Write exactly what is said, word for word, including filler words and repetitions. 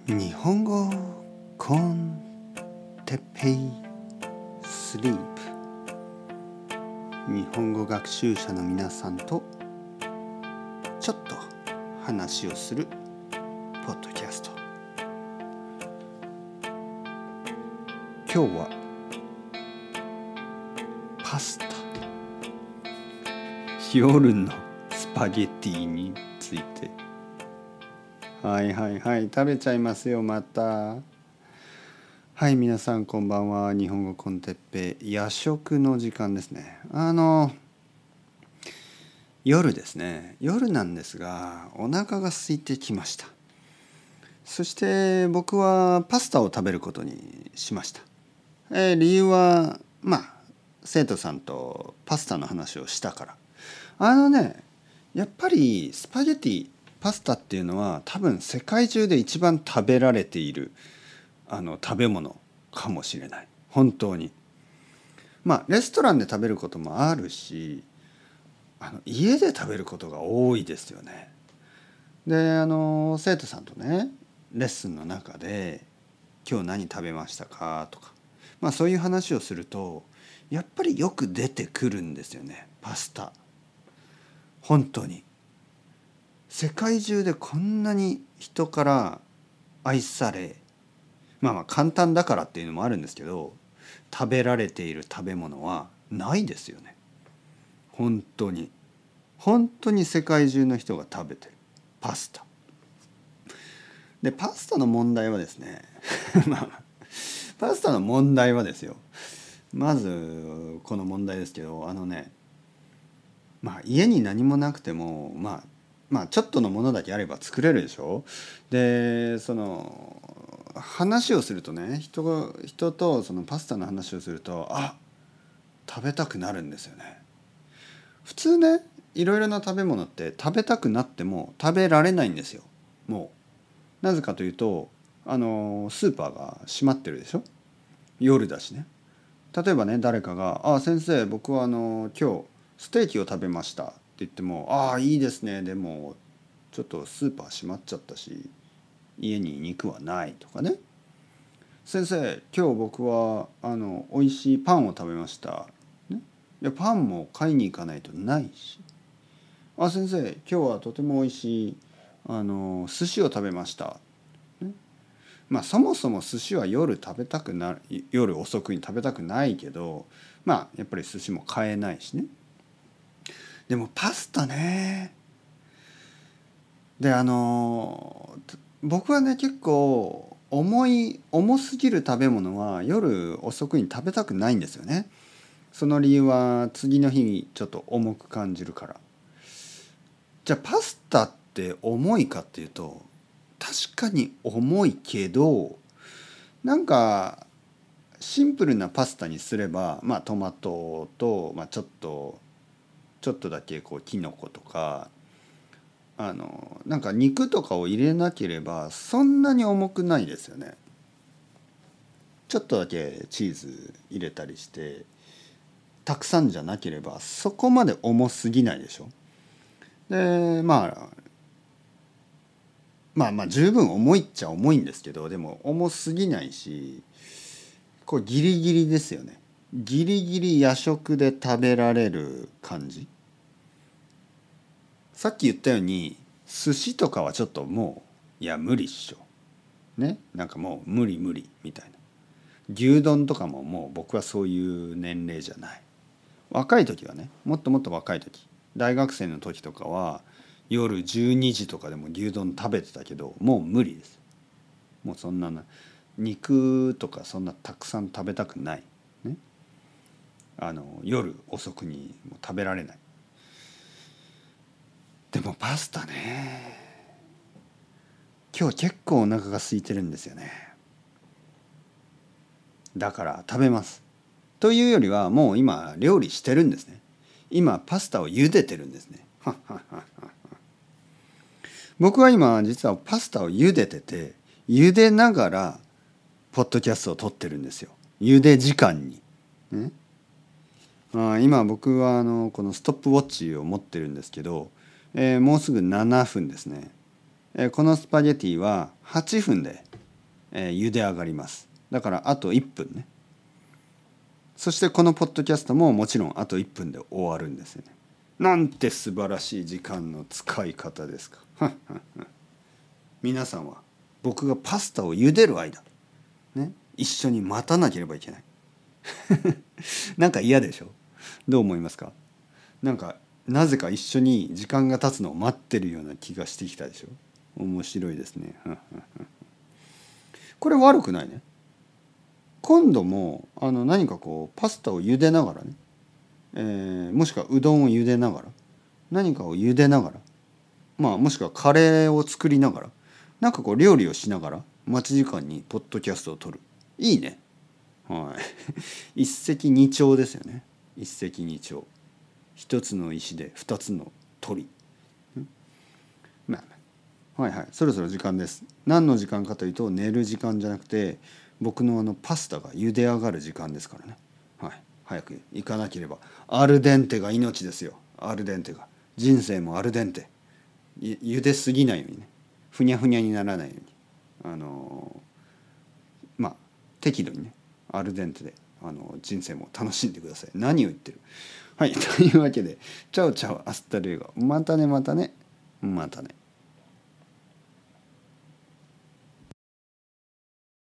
日本語コンテッペイスリープ。日本語学習者の皆さんとちょっと話をするポッドキャスト。今日はパスタ、夜のスパゲティについて。はいはいはい、食べちゃいますよまた。はい、皆さんこんばんは。日本語コンテッペイ夜食の時間ですね。あの夜ですね。夜なんですがお腹が空いてきました。そして僕はパスタを食べることにしました。えー、理由はまあ生徒さんとパスタの話をしたから。あのねやっぱりスパゲティパスタっていうのは多分世界中で一番食べられているあの食べ物かもしれない。本当に。まあレストランで食べることもあるし、あの家で食べることが多いですよね。であの生徒さんとねレッスンの中で今日何食べましたかとか、まあそういう話をするとやっぱりよく出てくるんですよね。パスタ。本当に。世界中でこんなに人から愛され、まあまあ簡単だからっていうのもあるんですけど、食べられている食べ物はないですよね。本当に本当に世界中の人が食べてるパスタで、パスタの問題はですねまあパスタの問題はですよ、まずこの問題ですけど、あのねまあ家に何もなくてもまあまあちょっとのものだけあれば作れるでしょ。でその話をするとね、人が人とそのパスタの話をすると、あ、食べたくなるんですよね。普通ね、いろいろな食べ物って食べたくなっても食べられないんですよ。もうなぜかというと、あのスーパーが閉まってるでしょ。夜だしね。例えばね、誰かが「あ、先生、僕はあの今日ステーキを食べました」って言っても「ああ、いいですね。でもちょっとスーパー閉まっちゃったし家に肉はない」とかね。先生、今日僕はあの美味しいパンを食べました、ね、いやパンも買いに行かないとないし。あ、先生、今日はとても美味しいあの寿司を食べました、ね、まあそもそも寿司は夜食べたくな夜遅くに食べたくないけど、まあやっぱり寿司も買えないしね。でもパスタね。であの僕はね結構重い重すぎる食べ物は夜遅くに食べたくないんですよね。その理由は次の日にちょっと重く感じるから。じゃあパスタって重いかっていうと確かに重いけど、なんかシンプルなパスタにすれば、まあトマトと、まあ、ちょっとちょっとだけこうキノコとかあのなんか肉とかを入れなければそんなに重くないですよね。ちょっとだけチーズ入れたりしてたくさんじゃなければそこまで重すぎないでしょ。でまあまあまあ十分重いっちゃ重いんですけど、でも重すぎないし、こうギリギリですよね。ギリギリ夜食で食べられる感じ。さっき言ったように寿司とかはちょっともういや無理っしょね、なんかもう無理無理みたいな。牛丼とかももう僕はそういう年齢じゃない。若い時はね、もっともっと若い時、大学生の時とかは夜じゅうにじとかでも牛丼食べてたけど、もう無理です。もうそんな肉とかそんなたくさん食べたくない、ね、あの夜遅くにもう食べられない。でもパスタね、今日結構お腹が空いてるんですよね。だから食べます。というよりはもう今料理してるんですね。今パスタを茹でてるんですね。僕は今実はパスタを茹でてて、茹でながらポッドキャストを撮ってるんですよ。茹で時間に、ね、あ今僕はあのこのストップウォッチを持ってるんですけど、えー、もうすぐななふんですね、えー、このスパゲティははっぷんでえー、茹で上がります。だからあといっぷんね。そしてこのポッドキャストももちろんあといっぷんで終わるんですよね。なんて素晴らしい時間の使い方ですか。皆さんは僕がパスタを茹でる間、ね、一緒に待たなければいけない。なんか嫌でしょ。どう思いますか。なんかなぜか一緒に時間が経つのを待ってるような気がしてきたでしょ。面白いですね。これ悪くないね。今度もあの何かこうパスタを茹でながらね、えー、もしくはうどんを茹でながら何かを茹でながら、まあもしくはカレーを作りながら、なんかこう料理をしながら待ち時間にポッドキャストを撮る。いいね。はい。一石二鳥ですよね。一石二鳥。一つの石で二つの鳥。まあ、はいはい。そろそろ時間です。何の時間かというと寝る時間じゃなくて、僕のあのパスタが茹で上がる時間ですからね。はい。早く行かなければ。アルデンテが命ですよ。アルデンテが。人生もアルデンテ。ゆ茹ですぎないようにね。ふにゃふにゃにならないように。あのー、まあ適度にね。アルデンテであの人生も楽しんでください。何を言ってる。はい。というわけで、チャオチャオアスタルエゴ。またねまたね。またね。